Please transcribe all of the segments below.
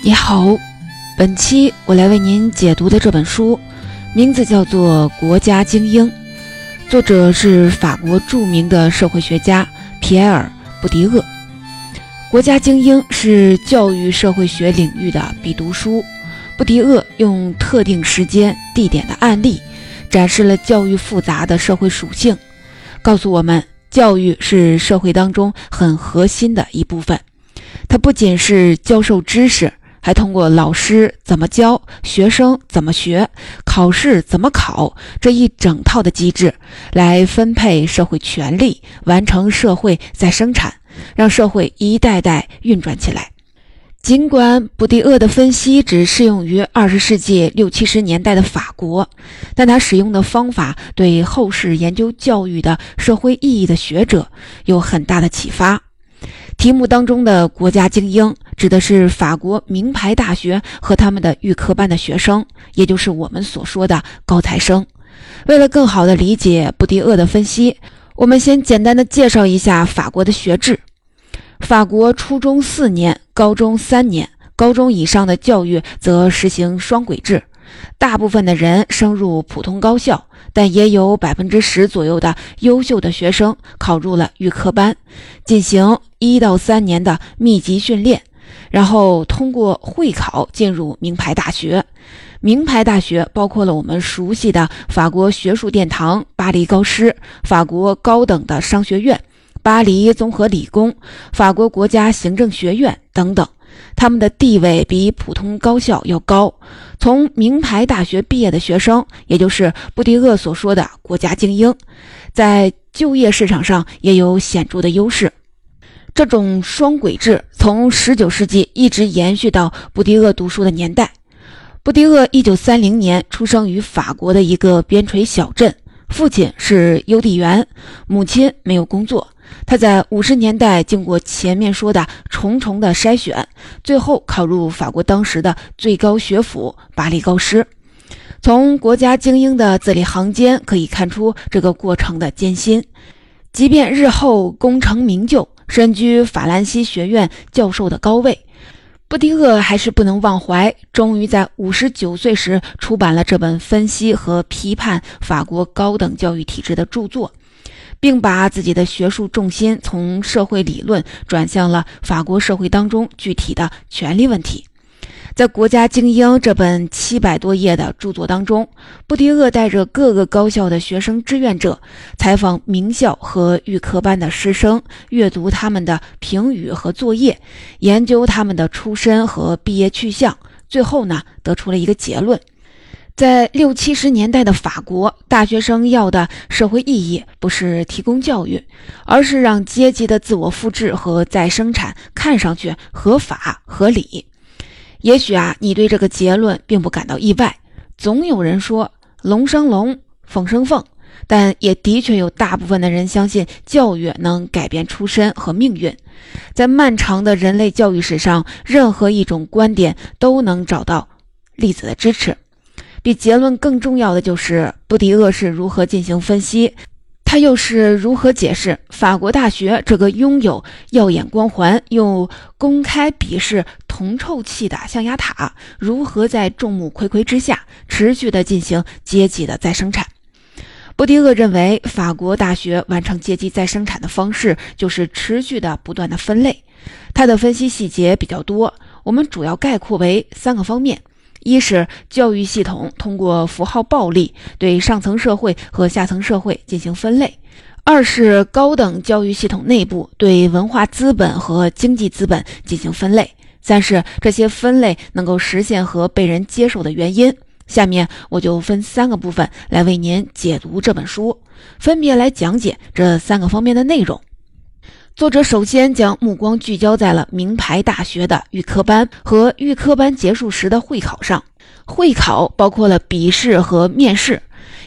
你好，本期我来为您解读的这本书名字叫做《国家精英》，作者是法国著名的社会学家皮埃尔·布迪厄。《国家精英》是教育社会学领域的必读书。布迪厄用特定时间、地点的案例，展示了教育复杂的社会属性，告诉我们教育是社会当中很核心的一部分。它不仅是教授知识，还通过老师怎么教，学生怎么学，考试怎么考，这一整套的机制来分配社会权力，完成社会再生产，让社会一代代运转起来。尽管布迪厄的分析只适用于20世纪60、70年代的法国，但他使用的方法对后世研究教育的社会意义的学者有很大的启发。题目当中的国家精英指的是法国名牌大学和他们的预科班的学生，也就是我们所说的高材生。为了更好地理解布迪厄的分析，我们先简单地介绍一下法国的学制。法国初中4年，高中3年，高中以上的教育则实行双轨制。大部分的人升入普通高校，但也有 10% 左右的优秀的学生考入了预科班，进行1到3年的密集训练，然后通过会考进入名牌大学。名牌大学包括了我们熟悉的法国学术殿堂巴黎高师、法国高等的商学院、巴黎综合理工、法国国家行政学院等等，他们的地位比普通高校要高。从名牌大学毕业的学生，也就是布迪厄所说的国家精英，在就业市场上也有显著的优势。这种双轨制从19世纪一直延续到布迪厄读书的年代。布迪厄1930年出生于法国的一个边陲小镇，父亲是邮递员，母亲没有工作。他在50年代经过前面说的重重的筛选，最后考入法国当时的最高学府巴黎高师。从国家精英的字里行间可以看出这个过程的艰辛。即便日后功成名就，身居法兰西学院教授的高位，布迪厄还是不能忘怀，终于在59岁时出版了这本分析和批判法国高等教育体制的著作，并把自己的学术重心从社会理论转向了法国社会当中具体的权力问题。在《国家精英》这本700多页的著作当中，布迪厄带着各个高校的学生志愿者，采访名校和预科班的师生，阅读他们的评语和作业，研究他们的出身和毕业去向，最后呢，得出了一个结论。在60、70年代的法国，大学生要的社会意义不是提供教育，而是让阶级的自我复制和再生产看上去合法合理。也许你对这个结论并不感到意外，总有人说龙生龙，凤生凤，但也的确有大部分的人相信教育能改变出身和命运。在漫长的人类教育史上，任何一种观点都能找到例子的支持。比结论更重要的就是布迪厄是如何进行分析，他又是如何解释法国大学这个拥有耀眼光环又公开鄙视铜臭气的象牙塔，如何在众目睽睽之下持续地进行阶级的再生产。布迪厄认为，法国大学完成阶级再生产的方式就是持续的不断的分类。他的分析细节比较多，我们主要概括为3个方面。一是教育系统通过符号暴力对上层社会和下层社会进行分类；二是高等教育系统内部对文化资本和经济资本进行分类；三是这些分类能够实现和被人接受的原因。下面我就分3个部分来为您解读这本书，分别来讲解这3个方面的内容。作者首先将目光聚焦在了名牌大学的预科班和预科班结束时的会考上。会考包括了笔试和面试，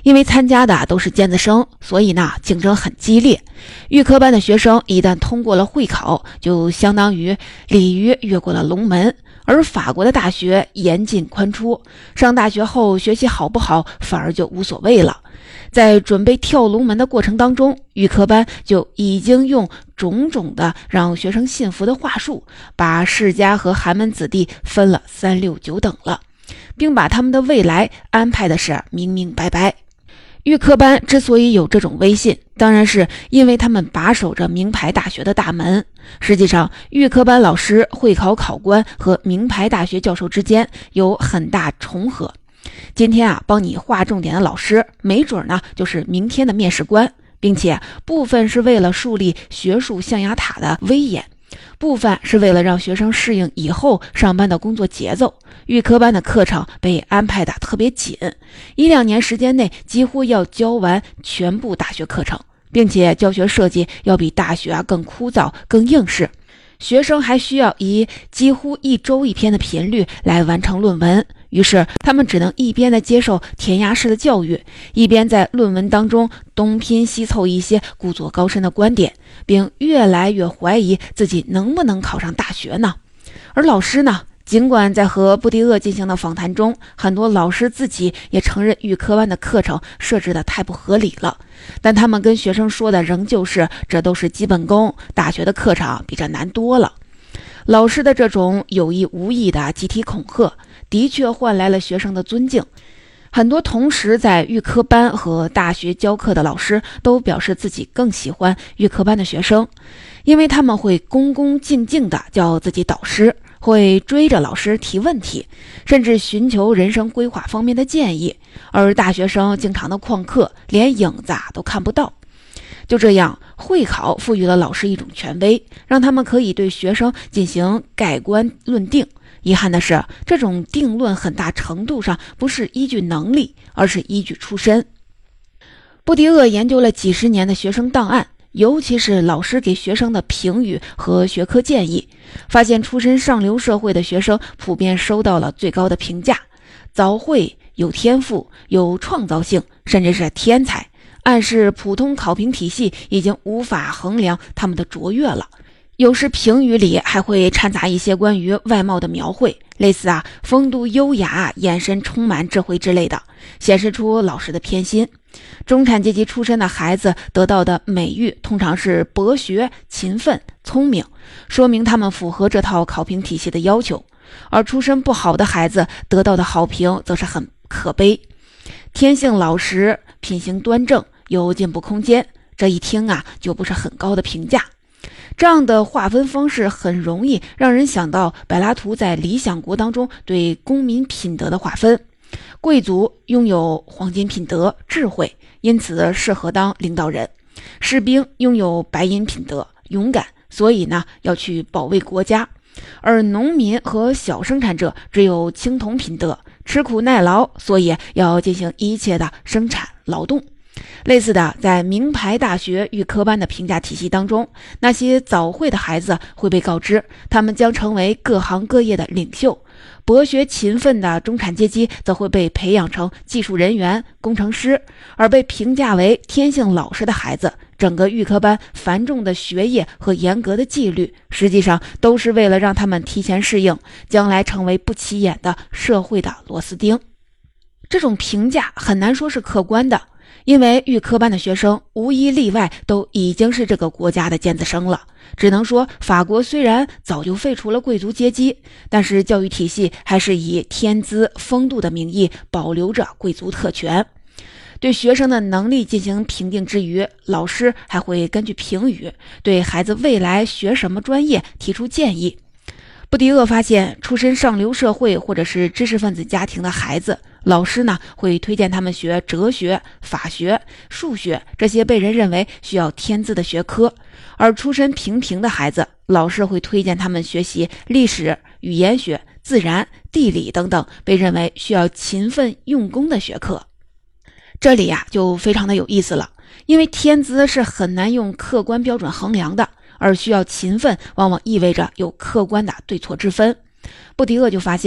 因为参加的都是尖子生，所以呢竞争很激烈。预科班的学生一旦通过了会考，就相当于鲤鱼越过了龙门。而法国的大学严进宽出，上大学后学习好不好反而就无所谓了。在准备跳龙门的过程当中，预科班就已经用种种的让学生信服的话术，把世家和寒门子弟分了3、6、9等了，并把他们的未来安排的是明明白白。预科班之所以有这种威信，当然是因为他们把守着名牌大学的大门。实际上，预科班老师、会考考官和名牌大学教授之间有很大重合。今天帮你划重点的老师，没准呢就是明天的面试官，并且部分是为了树立学术象牙塔的威严，部分是为了让学生适应以后上班的工作节奏。预科班的课程被安排的特别紧，1、2年时间内几乎要教完全部大学课程，并且教学设计要比大学更枯燥、更应试。学生还需要以几乎1周1篇的频率来完成论文，于是他们只能一边的接受填鸭式的教育，一边在论文当中东拼西凑一些故作高深的观点，并越来越怀疑自己能不能考上大学呢？而老师呢？尽管在和布迪厄进行的访谈中，很多老师自己也承认预科班的课程设置的太不合理了，但他们跟学生说的仍旧是这都是基本功，大学的课程比这难多了。老师的这种有意无意的集体恐吓，的确换来了学生的尊敬。很多同时在预科班和大学教课的老师都表示自己更喜欢预科班的学生，因为他们会恭恭敬敬地叫自己导师，会追着老师提问题，甚至寻求人生规划方面的建议，而大学生经常的旷课，连影子都看不到。就这样，会考赋予了老师一种权威，让他们可以对学生进行盖棺论定。遗憾的是，这种定论很大程度上不是依据能力，而是依据出身。布迪厄研究了几十年的学生档案，尤其是老师给学生的评语和学科建议，发现出身上流社会的学生普遍收到了最高的评价：早会、有天赋、有创造性，甚至是天才，暗示普通考评体系已经无法衡量他们的卓越了。有时评语里还会掺杂一些关于外貌的描绘，类似风度优雅、眼神充满智慧之类的，显示出老师的偏心。中产阶级出身的孩子得到的美誉通常是博学、勤奋、聪明，说明他们符合这套考评体系的要求。而出身不好的孩子得到的好评则是很可悲，天性老实、品行端正、有进步空间，这一听就不是很高的评价。这样的划分方式很容易让人想到柏拉图在《理想国》当中对公民品德的划分。贵族拥有黄金品德、智慧，因此适合当领导人；士兵拥有白银品德、勇敢，所以要去保卫国家；而农民和小生产者只有青铜品德，吃苦耐劳，所以要进行一切的生产劳动。类似的，在名牌大学预科班的评价体系当中，那些早会的孩子会被告知他们将成为各行各业的领袖，博学勤奋的中产阶级则会被培养成技术人员、工程师，而被评价为天性老实的孩子，整个预科班繁重的学业和严格的纪律，实际上都是为了让他们提前适应，将来成为不起眼的社会的螺丝钉。这种评价很难说是客观的，因为预科班的学生无一例外都已经是这个国家的尖子生了。只能说法国虽然早就废除了贵族阶级，但是教育体系还是以天资风度的名义保留着贵族特权。对学生的能力进行评定之余，老师还会根据评语对孩子未来学什么专业提出建议。布迪厄发现，出身上流社会或者是知识分子家庭的孩子，老师会推荐他们学哲学、法学、数学这些被人认为需要天资的学科；而出身平平的孩子，老师会推荐他们学习历史、语言学、自然、地理等等被认为需要勤奋用功的学科。这里就非常的有意思了，因为天资是很难用客观标准衡量的，而需要勤奋往往意味着有客观的对错之分。布迪厄就发现，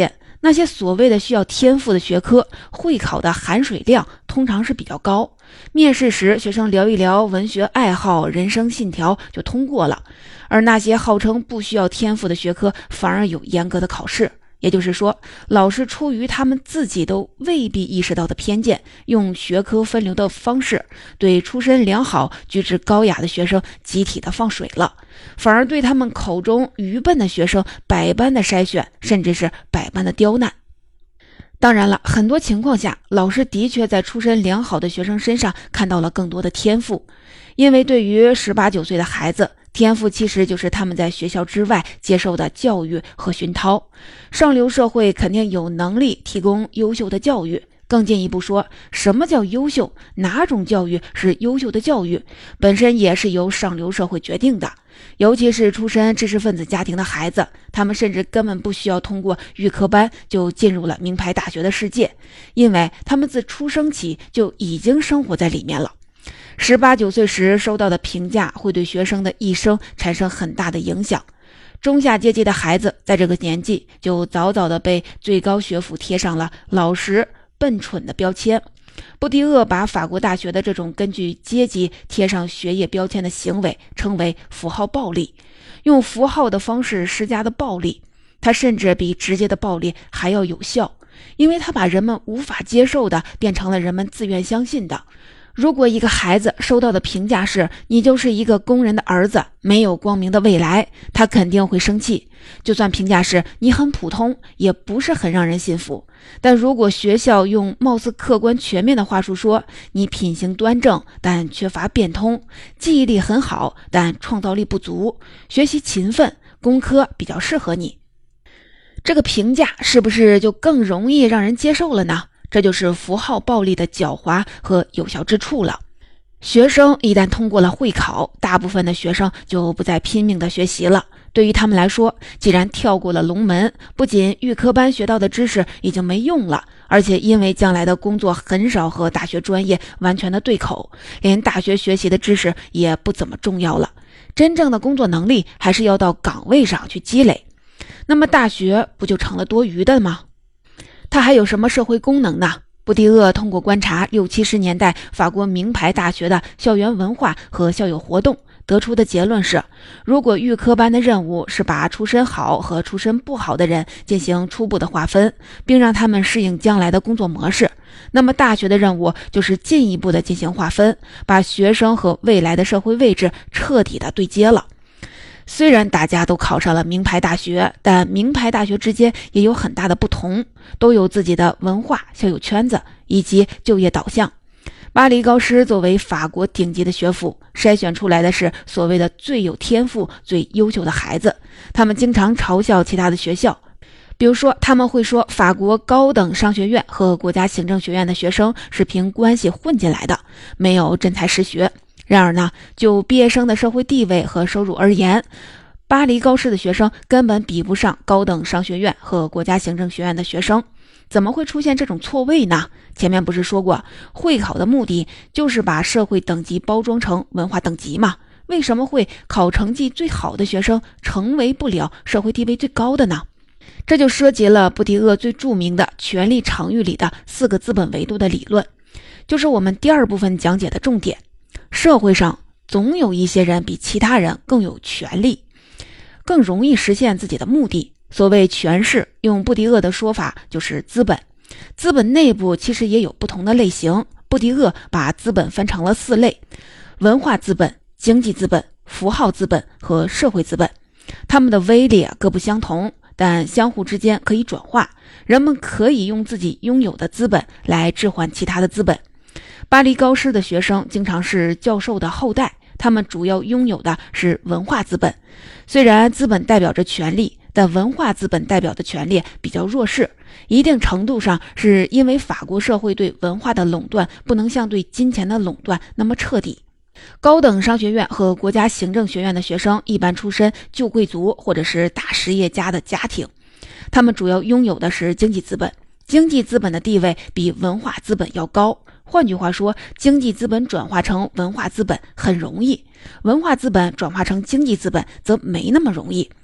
那些所谓的需要天赋的学科，会考的含水量通常是比较高，面试时学生聊一聊文学爱好、人生信条就通过了，而那些号称不需要天赋的学科反而有严格的考试。也就是说，老师出于他们自己都未必意识到的偏见，用学科分流的方式，对出身良好、举止高雅的学生集体的放水了，反而对他们口中愚笨的学生百般的筛选，甚至是百般的刁难。当然了，很多情况下，老师的确在出身良好的学生身上看到了更多的天赋，因为对于18、19岁的孩子，天赋其实就是他们在学校之外接受的教育和熏陶。上流社会肯定有能力提供优秀的教育，更进一步说，什么叫优秀，哪种教育是优秀的教育，本身也是由上流社会决定的。尤其是出身知识分子家庭的孩子，他们甚至根本不需要通过预科班就进入了名牌大学的世界，因为他们自出生起就已经生活在里面了。18、19岁时收到的评价会对学生的一生产生很大的影响。中下阶级的孩子在这个年纪就早早的被最高学府贴上了老实、笨蠢的标签。布迪厄把法国大学的这种根据阶级贴上学业标签的行为称为符号暴力，用符号的方式施加的暴力，它甚至比直接的暴力还要有效，因为它把人们无法接受的变成了人们自愿相信的。如果一个孩子收到的评价是你就是一个工人的儿子，没有光明的未来，他肯定会生气。就算评价是你很普通，也不是很让人信服。但如果学校用貌似客观全面的话术说你品行端正，但缺乏变通，记忆力很好，但创造力不足，学习勤奋，工科比较适合你，这个评价是不是就更容易让人接受了呢？这就是符号暴力的狡猾和有效之处了。学生一旦通过了会考，大部分的学生就不再拼命的学习了。对于他们来说，既然跳过了龙门，不仅预科班学到的知识已经没用了，而且因为将来的工作很少和大学专业完全的对口，连大学学习的知识也不怎么重要了。真正的工作能力还是要到岗位上去积累。那么大学不就成了多余的吗？它还有什么社会功能呢？布迪厄通过观察60、70年代法国名牌大学的校园文化和校友活动，得出的结论是，如果预科班的任务是把出身好和出身不好的人进行初步的划分，并让他们适应将来的工作模式，那么大学的任务就是进一步的进行划分，把学生和未来的社会位置彻底的对接了。虽然大家都考上了名牌大学，但名牌大学之间也有很大的不同，都有自己的文化、校友圈子以及就业导向。巴黎高师作为法国顶级的学府，筛选出来的是所谓的最有天赋、最优秀的孩子。他们经常嘲笑其他的学校，比如说他们会说法国高等商学院和国家行政学院的学生是凭关系混进来的，没有真才实学。然而呢，就毕业生的社会地位和收入而言，巴黎高师的学生根本比不上高等商学院和国家行政学院的学生。怎么会出现这种错位呢？前面不是说过，会考的目的就是把社会等级包装成文化等级吗？为什么会考成绩最好的学生成为不了社会地位最高的呢？这就涉及了布迪厄最著名的权力场域里的4个资本维度的理论，就是我们第2部分讲解的重点。社会上总有一些人比其他人更有权利，更容易实现自己的目的。所谓权势，用布迪厄的说法就是资本。资本内部其实也有不同的类型，布迪厄把资本分成了4类：文化资本、经济资本、符号资本和社会资本。它们的威力各不相同，但相互之间可以转化，人们可以用自己拥有的资本来置换其他的资本。巴黎高师的学生经常是教授的后代，他们主要拥有的是文化资本。虽然资本代表着权力，但文化资本代表的权力比较弱势，一定程度上是因为法国社会对文化的垄断不能像对金钱的垄断那么彻底。高等商学院和国家行政学院的学生一般出身旧贵族或者是大实业家的家庭，他们主要拥有的是经济资本。经济资本的地位比文化资本要高，换句话说，经济资本转化成文化资本很容易，文化资本转化成经济资本则没那么容易。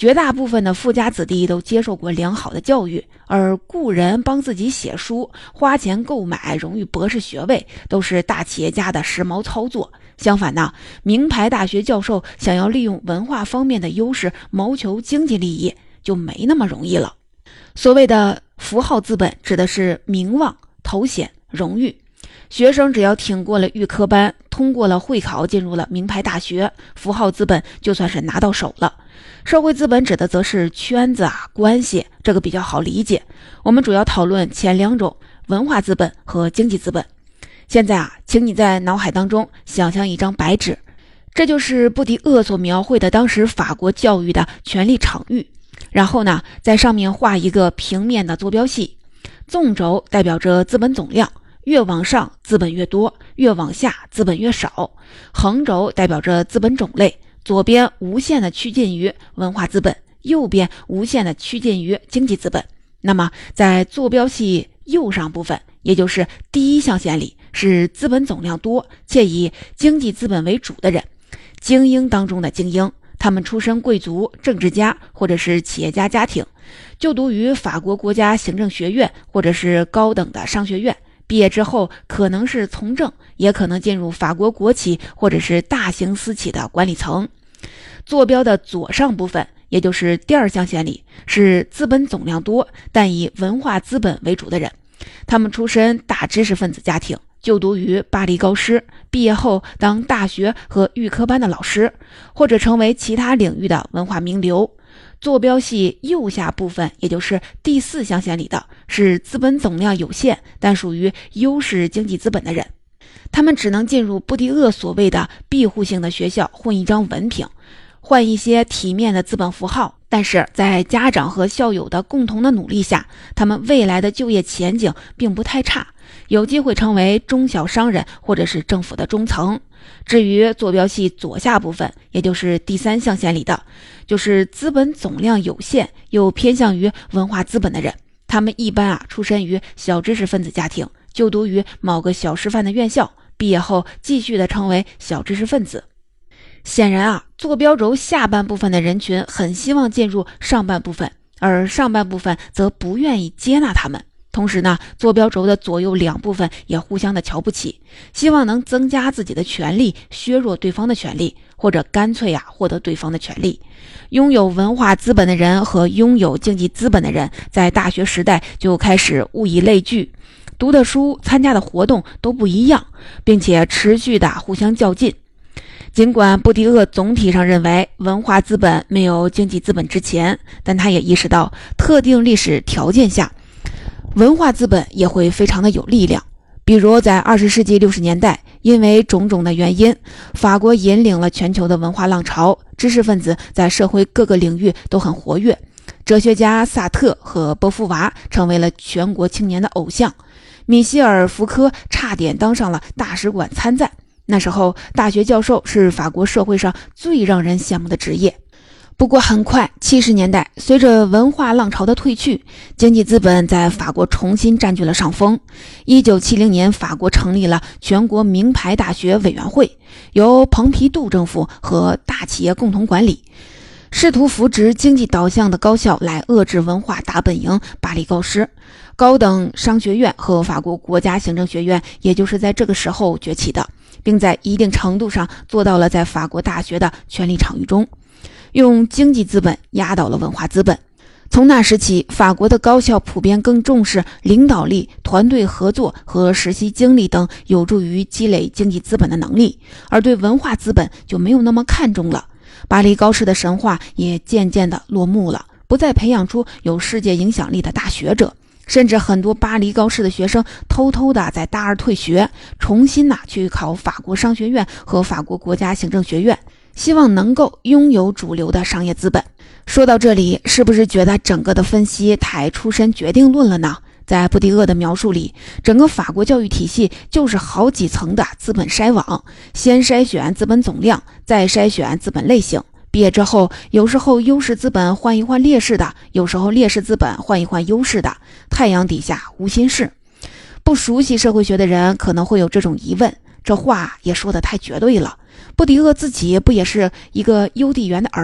绝大部分的富家子弟都接受过良好的教育，而雇人帮自己写书，花钱购买荣誉博士学位，都是大企业家的时髦操作。相反呢，名牌大学教授想要利用文化方面的优势谋求经济利益，就没那么容易了。所谓的符号资本指的是名望、头衔、荣誉。学生只要挺过了预科班，通过了会考，进入了名牌大学，符号资本就算是拿到手了。社会资本指的则是圈子关系，这个比较好理解。我们主要讨论前两种，文化资本和经济资本。现在请你在脑海当中想象一张白纸，这就是布迪厄所描绘的当时法国教育的权力场域。然后呢，在上面画一个平面的坐标系，纵轴代表着资本总量，越往上资本越多，越往下资本越少。横轴代表着资本种类，左边无限的趋近于文化资本，右边无限的趋近于经济资本。那么在坐标系右上部分，也就是第一象限里，是资本总量多且以经济资本为主的人，精英当中的精英。他们出身贵族、政治家或者是企业家家庭，就读于法国国家行政学院或者是高等的商学院，毕业之后可能是从政，也可能进入法国国企或者是大型私企的管理层。坐标的左上部分，也就是第二象限里，是资本总量多但以文化资本为主的人，他们出身大知识分子家庭，就读于巴黎高师，毕业后当大学和预科班的老师，或者成为其他领域的文化名流。坐标系右下部分，也就是第四象限里的，是资本总量有限但属于优势经济资本的人，他们只能进入布迪厄所谓的庇护性的学校混一张文凭，换一些体面的资本符号，但是在家长和校友的共同的努力下，他们未来的就业前景并不太差，有机会成为中小商人或者是政府的中层。至于坐标系左下部分，也就是第三象限里的，就是资本总量有限又偏向于文化资本的人，他们一般出身于小知识分子家庭，就读于某个小师范的院校，毕业后继续的成为小知识分子。显然坐标轴下半部分的人群很希望进入上半部分，而上半部分则不愿意接纳他们。同时呢，坐标轴的左右两部分也互相的瞧不起，希望能增加自己的权利，削弱对方的权利，或者干脆获得对方的权利。拥有文化资本的人和拥有经济资本的人在大学时代就开始物以类聚，读的书、参加的活动都不一样，并且持续的互相较劲。尽管布迪厄总体上认为文化资本没有经济资本值钱，但他也意识到特定历史条件下，文化资本也会非常的有力量。比如在20世纪60年代，因为种种的原因，法国引领了全球的文化浪潮，知识分子在社会各个领域都很活跃，哲学家萨特和波伏娃成为了全国青年的偶像，米歇尔·福柯差点当上了大使馆参赞。那时候大学教授是法国社会上最让人羡慕的职业。不过很快70年代，随着文化浪潮的退去，经济资本在法国重新占据了上风。1970年，法国成立了全国名牌大学委员会，由蓬皮杜政府和大企业共同管理，试图扶植经济导向的高校来遏制文化大本营巴黎高师。高等商学院和法国国家行政学院也就是在这个时候崛起的，并在一定程度上做到了在法国大学的权力场域中用经济资本压倒了文化资本。从那时起，法国的高校普遍更重视领导力、团队合作和实习经历等有助于积累经济资本的能力，而对文化资本就没有那么看重了。巴黎高师的神话也渐渐的落幕了，不再培养出有世界影响力的大学者，甚至很多巴黎高师的学生偷偷的在大二退学，重新去考法国商学院和法国国家行政学院，希望能够拥有主流的商业资本。说到这里，是不是觉得整个的分析太出身决定论了呢？在布迪厄的描述里，整个法国教育体系就是好几层的资本筛网，先筛选资本总量，再筛选资本类型。毕业之后，有时候优势资本换一换劣势的，有时候劣势资本换一换优势的，太阳底下无新事。不熟悉社会学的人可能会有这种疑问，这话也说得太绝对了。布迪厄自己不也是一个邮递员的儿子，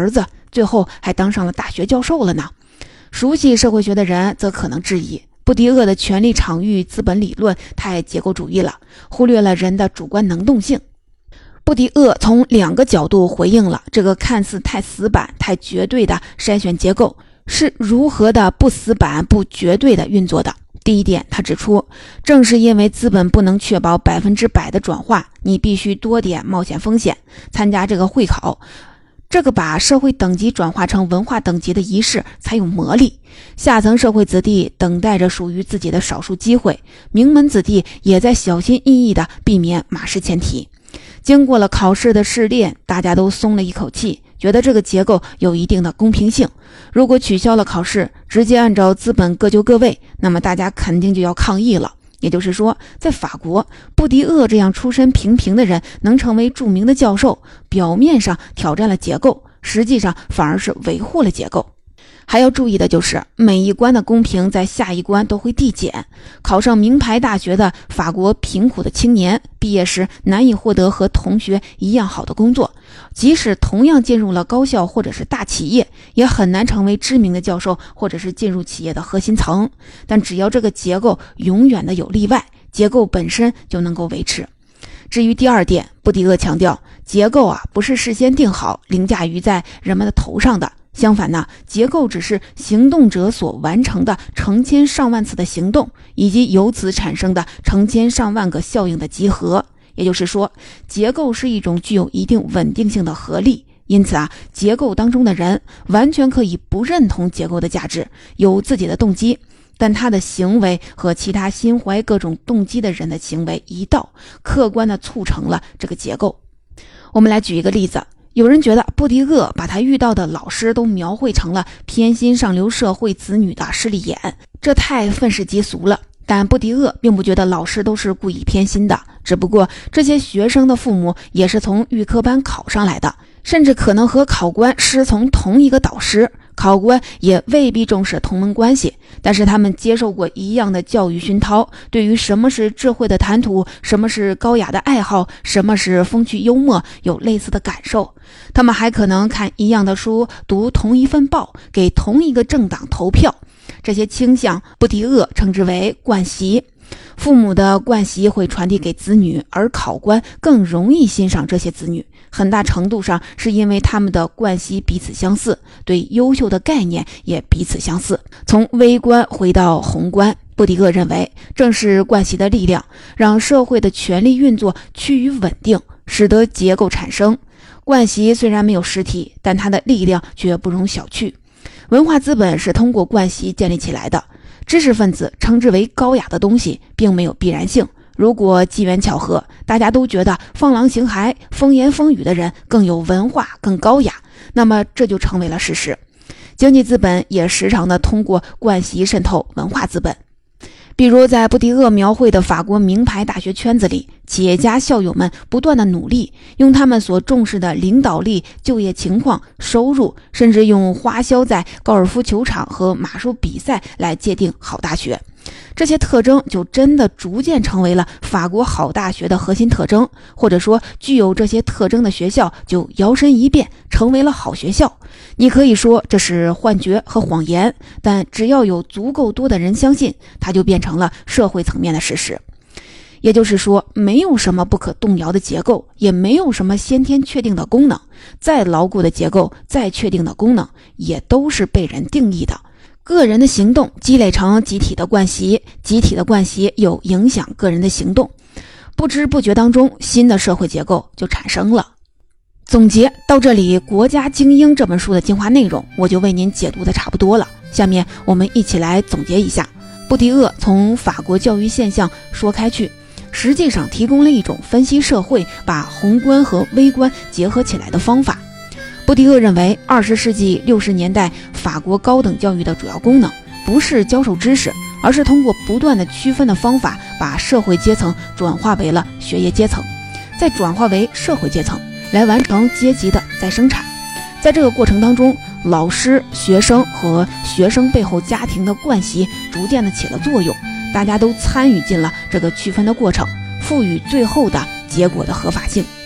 最后还当上了大学教授了呢？熟悉社会学的人则可能质疑，布迪厄的权力场域资本理论太结构主义了，忽略了人的主观能动性。布迪厄从2个角度回应了这个看似太死板、太绝对的筛选结构是如何的不死板、不绝对的运作的。第一点，他指出，正是因为资本不能确保100%的转化，你必须多点冒险风险，参加这个会考，这个把社会等级转化成文化等级的仪式才有魔力。下层社会子弟等待着属于自己的少数机会，名门子弟也在小心翼翼地避免马失前蹄。经过了考试的试炼，大家都松了一口气，觉得这个结构有一定的公平性。如果取消了考试，直接按照资本各就各位，那么大家肯定就要抗议了。也就是说，在法国，布迪厄这样出身平平的人能成为著名的教授，表面上挑战了结构，实际上反而是维护了结构。还要注意的就是，每一关的公平在下一关都会递减。考上名牌大学的法国贫苦的青年，毕业时难以获得和同学一样好的工作，即使同样进入了高校或者是大企业，也很难成为知名的教授或者是进入企业的核心层。但只要这个结构永远的有例外，结构本身就能够维持。至于第二点，布迪厄强调，结构不是事先定好凌驾于在人们的头上的。相反呢，结构只是行动者所完成的成千上万次的行动，以及由此产生的成千上万个效应的集合。也就是说，结构是一种具有一定稳定性的合力。因此结构当中的人完全可以不认同结构的价值，有自己的动机，但他的行为和其他心怀各种动机的人的行为一道，客观地促成了这个结构。我们来举一个例子。有人觉得布迪厄把他遇到的老师都描绘成了偏心上流社会子女的势利眼，这太愤世嫉俗了。但布迪厄并不觉得老师都是故意偏心的，只不过这些学生的父母也是从预科班考上来的，甚至可能和考官师从同一个导师，考官也未必重视同门关系，但是他们接受过一样的教育熏陶，对于什么是智慧的谈吐，什么是高雅的爱好，什么是风趣幽默，有类似的感受。他们还可能看一样的书，读同一份报，给同一个政党投票。这些倾向，布迪厄称之为惯习。父母的惯习会传递给子女，而考官更容易欣赏这些子女，很大程度上是因为他们的惯习彼此相似，对优秀的概念也彼此相似。从微观回到宏观，布迪厄认为，正是惯习的力量，让社会的权力运作趋于稳定，使得结构产生。惯习虽然没有实体，但它的力量却不容小觑。文化资本是通过惯习建立起来的，知识分子称之为高雅的东西并没有必然性。如果机缘巧合，大家都觉得放狼形骸、风言风语的人更有文化、更高雅，那么这就成为了事实。经济资本也时常的通过惯习渗透文化资本。比如在布迪厄描绘的法国名牌大学圈子里，企业家校友们不断的努力，用他们所重视的领导力、就业情况、收入，甚至用花销在高尔夫球场和马术比赛来界定好大学。这些特征就真的逐渐成为了法国好大学的核心特征，或者说具有这些特征的学校就摇身一变成为了好学校。你可以说这是幻觉和谎言，但只要有足够多的人相信，它就变成了社会层面的事实。也就是说，没有什么不可动摇的结构，也没有什么先天确定的功能，再牢固的结构，再确定的功能，也都是被人定义的。个人的行动积累成集体的惯习，集体的惯习又影响个人的行动，不知不觉当中，新的社会结构就产生了。总结到这里，《国家精英》这本书的精华内容我就为您解读的差不多了。下面我们一起来总结一下，布迪厄从法国教育现象说开去，实际上提供了一种分析社会、把宏观和微观结合起来的方法。布迪厄认为，20世纪60年代法国高等教育的主要功能不是教授知识，而是通过不断的区分的方法，把社会阶层转化为了学业阶层，再转化为社会阶层，来完成阶级的再生产。在这个过程当中，老师、学生和学生背后家庭的惯习逐渐的起了作用，大家都参与进了这个区分的过程，赋予最后的结果的合法性。